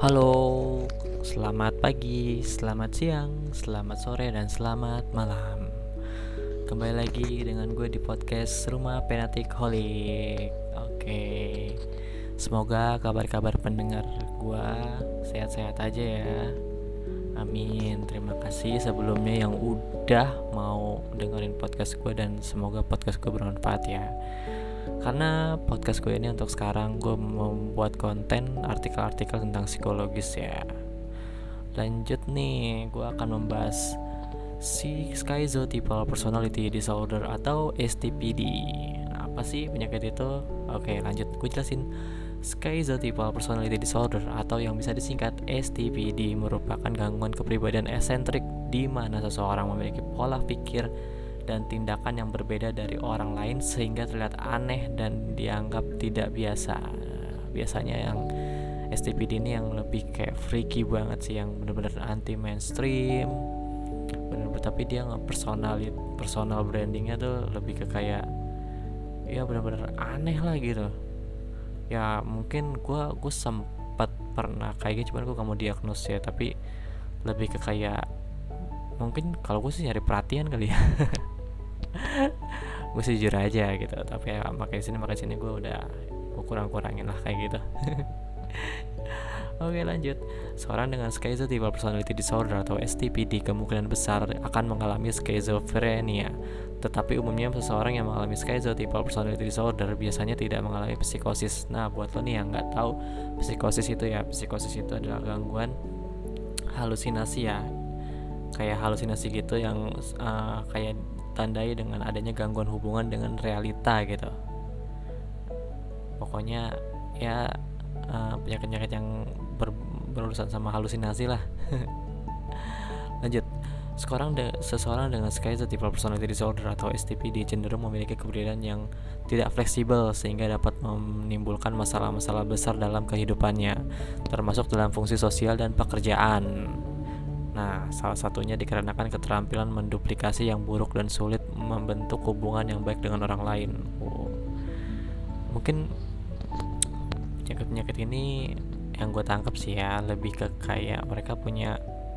Halo, selamat pagi, selamat siang, selamat sore, dan selamat malam. Kembali lagi dengan gue di podcast Rumah Penatik Holik. Oke, semoga kabar-kabar pendengar gue sehat-sehat aja ya. Amin. Terima kasih sebelumnya yang udah mau dengerin podcast gue, dan semoga podcast gue bermanfaat ya. Karena podcast gue ini untuk sekarang gue membuat konten artikel-artikel tentang psikologis ya. Lanjut nih, gue akan membahas Schizotypal Personality Disorder atau STPD. Apa sih penyakit itu? Oke, lanjut gue jelasin. Schizotypal Personality Disorder atau yang bisa disingkat STPD merupakan gangguan kepribadian esentrik di mana seseorang memiliki pola pikir dan tindakan yang berbeda dari orang lain sehingga terlihat aneh dan dianggap tidak biasa. Biasanya yang STPD ini yang lebih kayak freaky banget sih, yang benar-benar anti mainstream, benar-benar, tapi dia personal brandingnya tuh lebih ke kayak ya benar-benar aneh lah gitu. Ya mungkin gue sempat pernah kayak gitu, cuman gue gak mau diagnos ya, tapi lebih ke kayak mungkin kalau gue sih nyari perhatian kali ya. Gue sih jujur aja gitu, tapi ya makin sini gue udah kurangin lah kayak gitu. Oke, lanjut. Seorang dengan Schizotypal Personality Disorder atau STPD kemungkinan besar akan mengalami skizofrenia. Tetapi umumnya seseorang yang mengalami Schizotypal Personality Disorder biasanya tidak mengalami psikosis. Nah, buat lo nih yang nggak tahu psikosis itu ya, psikosis itu adalah gangguan halusinasi ya, kayak halusinasi gitu yang kayak tandai dengan adanya gangguan hubungan dengan realita gitu. Pokoknya ya penyakit-penyakit yang berurusan sama halusinasi lah. Lanjut. Seseorang dengan Schizotypal Personality Disorder atau STPD cenderung memiliki kepribadian yang tidak fleksibel sehingga dapat menimbulkan masalah-masalah besar dalam kehidupannya, termasuk dalam fungsi sosial dan pekerjaan. Nah, salah satunya dikarenakan keterampilan menduplikasi yang buruk dan sulit membentuk hubungan yang baik dengan orang lain. Mungkin penyakit-penyakit ini yang gue tangkap sih ya lebih ke kayak mereka punya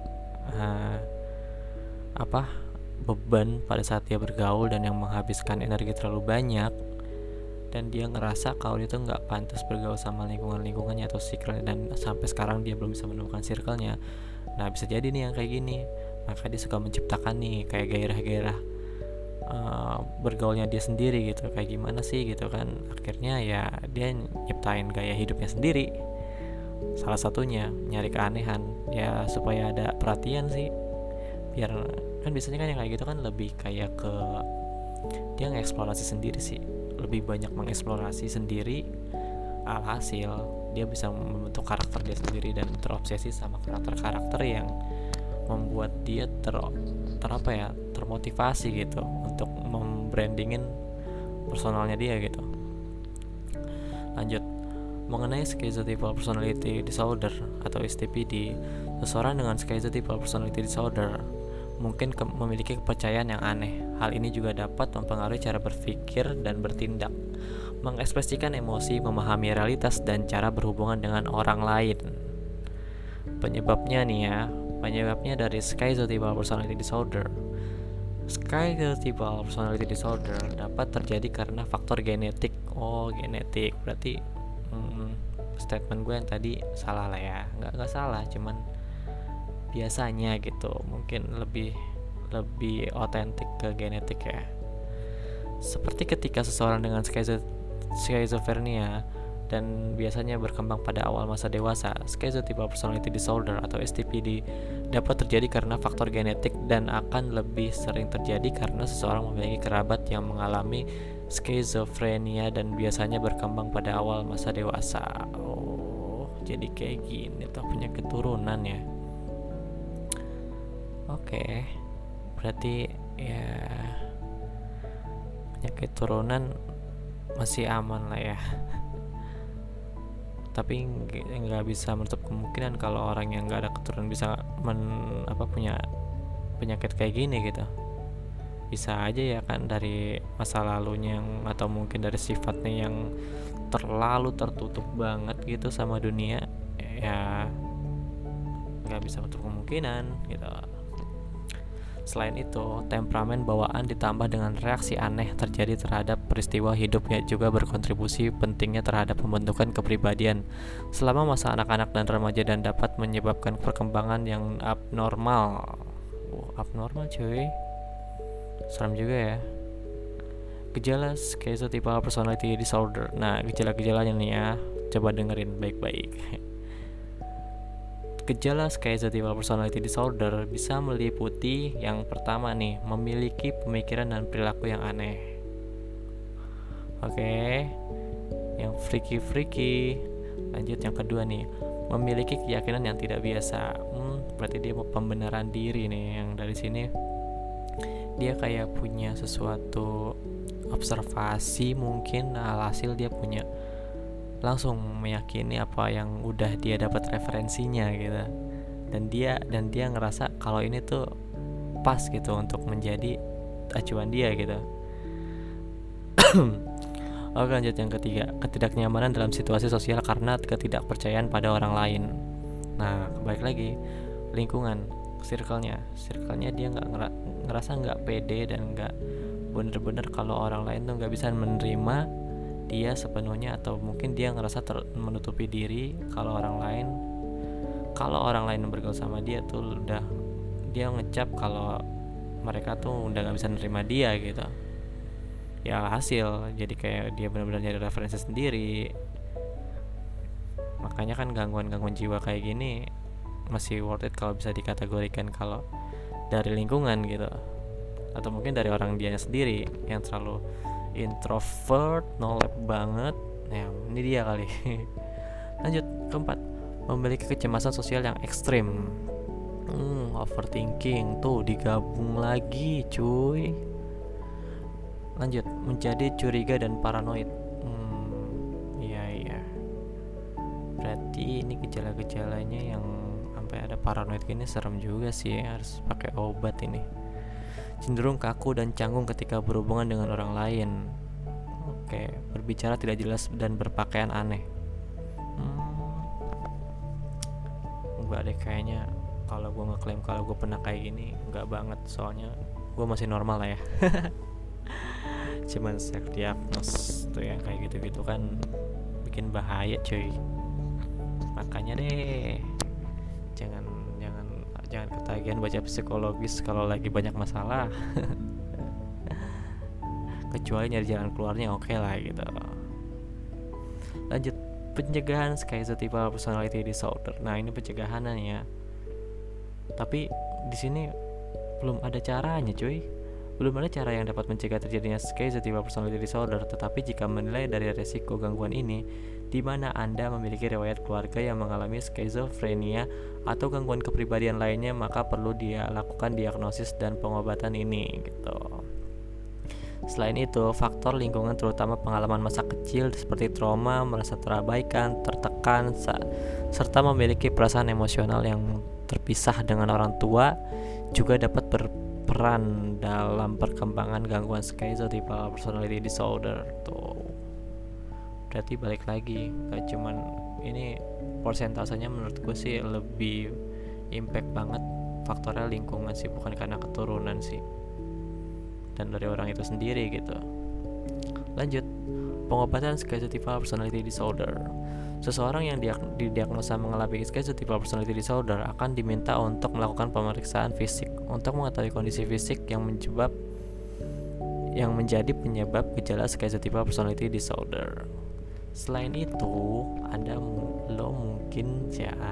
beban pada saat dia bergaul dan yang menghabiskan energi terlalu banyak, dan dia ngerasa kalau dia tuh nggak pantas bergaul sama lingkungannya atau circle, dan sampai sekarang dia belum bisa menemukan circle-nya. Nah, bisa jadi nih yang kayak gini, maka dia suka menciptakan nih kayak gairah-gairah bergaulnya dia sendiri gitu, kayak gimana sih gitu kan. Akhirnya ya dia nyiptain gaya hidupnya sendiri, salah satunya nyari keanehan ya supaya ada perhatian sih, biar kan biasanya kan yang kayak gitu kan lebih kayak ke dia ngeksplorasi sendiri sih, lebih banyak mengeksplorasi sendiri, alhasil dia bisa membentuk karakter dia sendiri dan terobsesi sama karakter-karakter yang membuat dia termotivasi gitu untuk membrandingin personalnya dia gitu. Lanjut. Mengenai Schizotypal Personality Disorder atau STPD, seseorang dengan Schizotypal Personality Disorder mungkin memiliki kepercayaan yang aneh. Hal ini juga dapat mempengaruhi cara berpikir dan bertindak, mengekspresikan emosi, memahami realitas, dan cara berhubungan dengan orang lain. Penyebabnya dari Schizotypal Personality Disorder. Schizotypal Personality Disorder dapat terjadi karena faktor genetik. Genetik berarti statement gue yang tadi salah lah ya. Nggak salah, cuman biasanya gitu mungkin lebih otentik ke genetik ya. Seperti ketika seseorang dengan skizofrenia dan biasanya berkembang pada awal masa dewasa, Schizotypal Personality Disorder atau STPD dapat terjadi karena faktor genetik dan akan lebih sering terjadi karena seseorang memiliki kerabat yang mengalami skizofrenia dan biasanya berkembang pada awal masa dewasa. Jadi kayak gini tuh penyakit turunan ya. Oke, berarti ya penyakit turunan masih aman lah ya. Tapi nggak bisa menutup kemungkinan kalau orang yang nggak ada keturunan bisa punya penyakit kayak gini gitu. Bisa aja ya kan dari masa lalunya atau mungkin dari sifatnya yang terlalu tertutup banget gitu sama dunia ya, nggak bisa menutup kemungkinan gitu. Selain itu, temperamen bawaan ditambah dengan reaksi aneh terjadi terhadap peristiwa hidup yang juga berkontribusi pentingnya terhadap pembentukan kepribadian selama masa anak-anak dan remaja dan dapat menyebabkan perkembangan yang abnormal. Abnormal cuy. Serem juga ya. Gejala schizotypal personality disorder. Nah, gejala-gejalanya nih ya, coba dengerin baik-baik. Gejala schizotypal personality disorder bisa meliputi yang pertama nih, memiliki pemikiran dan perilaku yang aneh. Oke, yang freaky. Lanjut yang kedua nih, memiliki keyakinan yang tidak biasa. Berarti dia mau pembenaran diri nih. Yang dari sini dia kayak punya sesuatu observasi mungkin, alhasil dia punya langsung meyakini apa yang udah dia dapat referensinya gitu, dan dia ngerasa kalau ini tuh pas gitu untuk menjadi acuan dia gitu. Oke, lanjut yang ketiga, ketidaknyamanan dalam situasi sosial karena ketidakpercayaan pada orang lain. Nah, balik lagi, lingkungan, circle-nya dia ngerasa nggak pede dan nggak bener-bener kalau orang lain tuh nggak bisa menerima dia sepenuhnya, atau mungkin dia ngerasa menutupi diri kalau orang lain bergaul sama dia tuh udah dia ngecap kalau mereka tuh udah nggak bisa nerima dia gitu. Ya hasil jadi kayak dia benar-benar nyari referensi sendiri. Makanya kan gangguan jiwa kayak gini masih worth it kalau bisa dikategorikan kalau dari lingkungan gitu, atau mungkin dari orang dia sendiri yang terlalu introvert, nolep banget. Nah, ini dia kali. Lanjut, keempat, memiliki kecemasan sosial yang ekstrim. Overthinking tuh digabung lagi, cuy. Lanjut, menjadi curiga dan paranoid. Iya. Berarti ini gejala-gejalanya yang sampai ada paranoid gini serem juga sih, harus pakai obat ini. Cenderung kaku dan canggung ketika berhubungan dengan orang lain. Oke, berbicara tidak jelas dan berpakaian aneh. Enggak deh kayaknya, kalau gue ngeklaim kalau gue pernah kayak gini, enggak banget, soalnya gue masih normal lah ya. Cuman self diagnose tuh yang kayak gitu-gitu kan bikin bahaya cuy. Makanya deh, jangan ketagihan baca psikologis kalau lagi banyak masalah. Kecuali nyari jalan keluarnya oke lah gitu. Lanjut, pencegahan schizotypal personality disorder. Nah, ini pencegahannya ya. Tapi di sini belum ada caranya, cuy. Belum ada cara yang dapat mencegah terjadinya schizotypal personality disorder, tetapi jika menilai dari resiko gangguan ini, di mana Anda memiliki riwayat keluarga yang mengalami skizofrenia atau gangguan kepribadian lainnya, maka perlu dia lakukan diagnosis dan pengobatan ini gitu. Selain itu, faktor lingkungan terutama pengalaman masa kecil seperti trauma, merasa terabaikan, tertekan, serta memiliki perasaan emosional yang terpisah dengan orang tua juga dapat berperan dalam perkembangan gangguan schizotypal personality disorder tuh. Berarti balik lagi, gak cuman ini persentasenya menurut gue sih lebih impact banget faktornya lingkungan sih, bukan karena keturunan sih, dan dari orang itu sendiri gitu. Lanjut, pengobatan schizotypal personality disorder. Seseorang yang didiagnosa mengalami schizotypal personality disorder akan diminta untuk melakukan pemeriksaan fisik untuk mengetahui kondisi fisik yang menjadi penyebab gejala schizotypal personality disorder. Selain itu, lo mungkin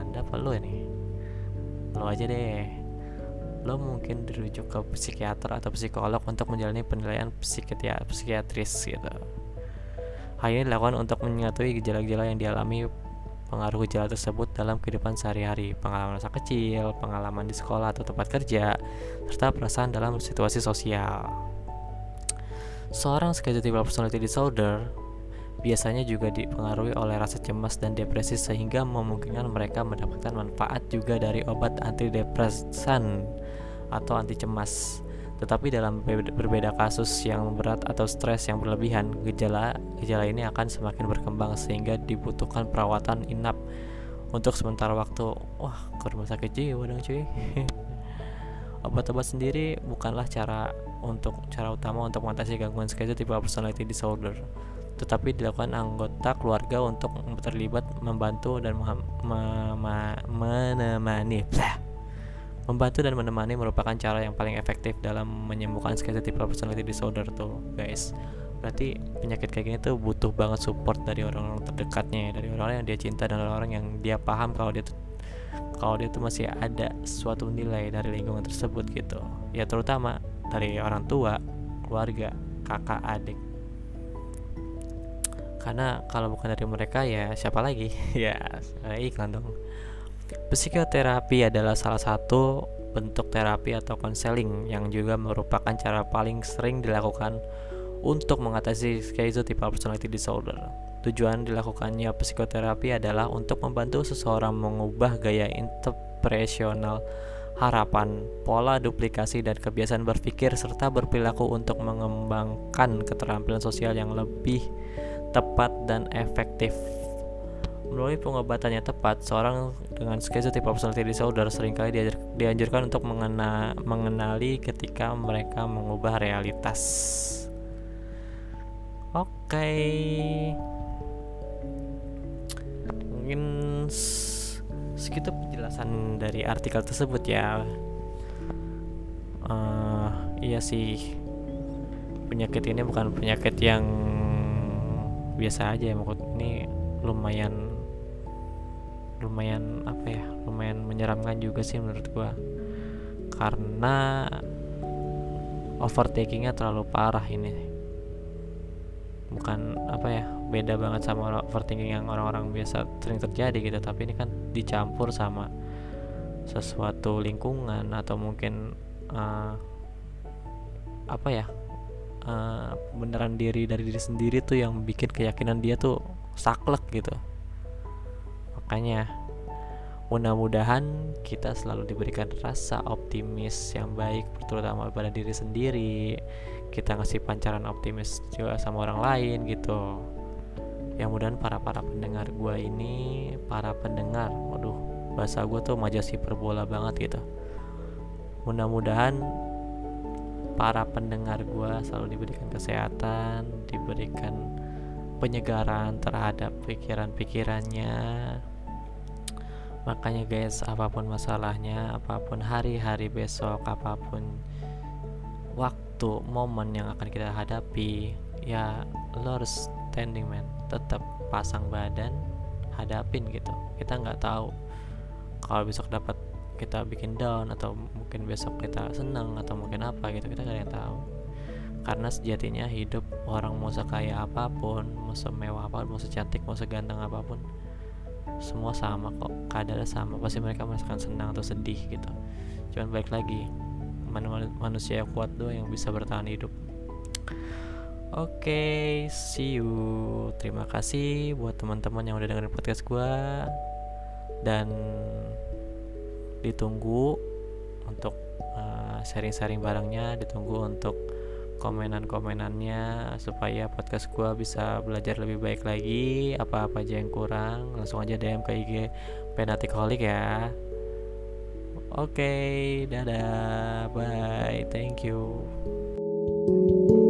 mungkin dirujuk ke psikiater atau psikolog untuk menjalani penilaian psikiatris gitu. Hal ini dilakukan untuk mengetahui gejala-gejala yang dialami pengaruh gejala tersebut dalam kehidupan sehari-hari, pengalaman masa kecil, pengalaman di sekolah atau tempat kerja, serta perasaan dalam situasi sosial. Seorang schizotypal personality disorder biasanya juga dipengaruhi oleh rasa cemas dan depresi, sehingga memungkinkan mereka mendapatkan manfaat juga dari obat antidepresan atau anti cemas. Tetapi dalam berbeda kasus yang berat atau stres yang berlebihan, gejala ini akan semakin berkembang sehingga dibutuhkan perawatan inap untuk sementara waktu. Wah, ke rumah sakit jiwa dong cuy. Obat-obat sendiri bukanlah cara utama untuk mengatasi gangguan schizophrenia personality disorder, tetapi dilakukan anggota keluarga untuk terlibat membantu dan menemani merupakan cara yang paling efektif dalam menyembuhkan schizophrenia personality disorder tuh guys. Berarti penyakit kayak gini tuh butuh banget support dari orang-orang terdekatnya, dari orang-orang yang dia cinta dan orang-orang yang dia paham kalau dia tuh masih ada suatu nilai dari lingkungan tersebut gitu ya, terutama dari orang tua, keluarga, kakak, adik. Karena kalau bukan dari mereka ya siapa lagi? Ya iklan dong. Psikoterapi adalah salah satu bentuk terapi atau konseling yang juga merupakan cara paling sering dilakukan untuk mengatasi schizotypal personality disorder. Tujuan dilakukannya psikoterapi adalah untuk membantu seseorang mengubah gaya interpersonal, harapan, pola duplikasi, dan kebiasaan berpikir serta berperilaku untuk mengembangkan keterampilan sosial yang lebih tepat dan efektif. Melalui pengobatannya tepat, seorang dengan schizotypal personality disorder seringkali dianjurkan untuk mengenali ketika mereka mengubah realitas. Oke. Mungkin segitu penjelasan dari artikel tersebut ya. Iya sih, penyakit ini bukan penyakit yang biasa aja ya, ini lumayan menyeramkan juga sih menurut gua, karena overthinkingnya terlalu parah ini. Bukan beda banget sama overthinking yang orang-orang biasa sering terjadi gitu, tapi ini kan dicampur sama sesuatu lingkungan atau mungkin beneran dari diri sendiri tuh yang bikin keyakinan dia tuh saklek gitu. Makanya mudah-mudahan kita selalu diberikan rasa optimis yang baik, terutama pada diri sendiri. Kita ngasih pancaran optimis juga sama orang lain gitu. Yang mudahan para pendengar gue ini, bahasa gue tuh majasi perbola banget gitu. Mudah-mudahan para pendengar gue selalu diberikan kesehatan, diberikan penyegaran terhadap pikiran-pikirannya. Makanya guys, apapun masalahnya, apapun hari-hari besok, apapun waktu, momen yang akan kita hadapi, ya lo harus standing man, tetap pasang badan, hadapin gitu. Kita nggak tahu kalau besok dapat kita bikin down, atau mungkin besok kita senang, atau mungkin apa gitu, kita nggak ada yang tahu. Karena sejatinya hidup, orang mau sekaya apapun, mau semewah apapun, mau secantik, mau seganteng apapun, semua sama kok, keadaannya sama. Pasti mereka merasakan senang atau sedih gitu. Cuman balik lagi, manusia yang kuat doang yang bisa bertahan hidup. Oke, see you. Terima kasih buat teman-teman yang udah dengerin podcast gue, dan ditunggu untuk sharing-sharing barangnya, ditunggu untuk komenan-komenannya supaya podcast gue bisa belajar lebih baik lagi. Apa-apa aja yang kurang, langsung aja DM ke IG Penatikolik ya. Oke, dadah, bye, thank you.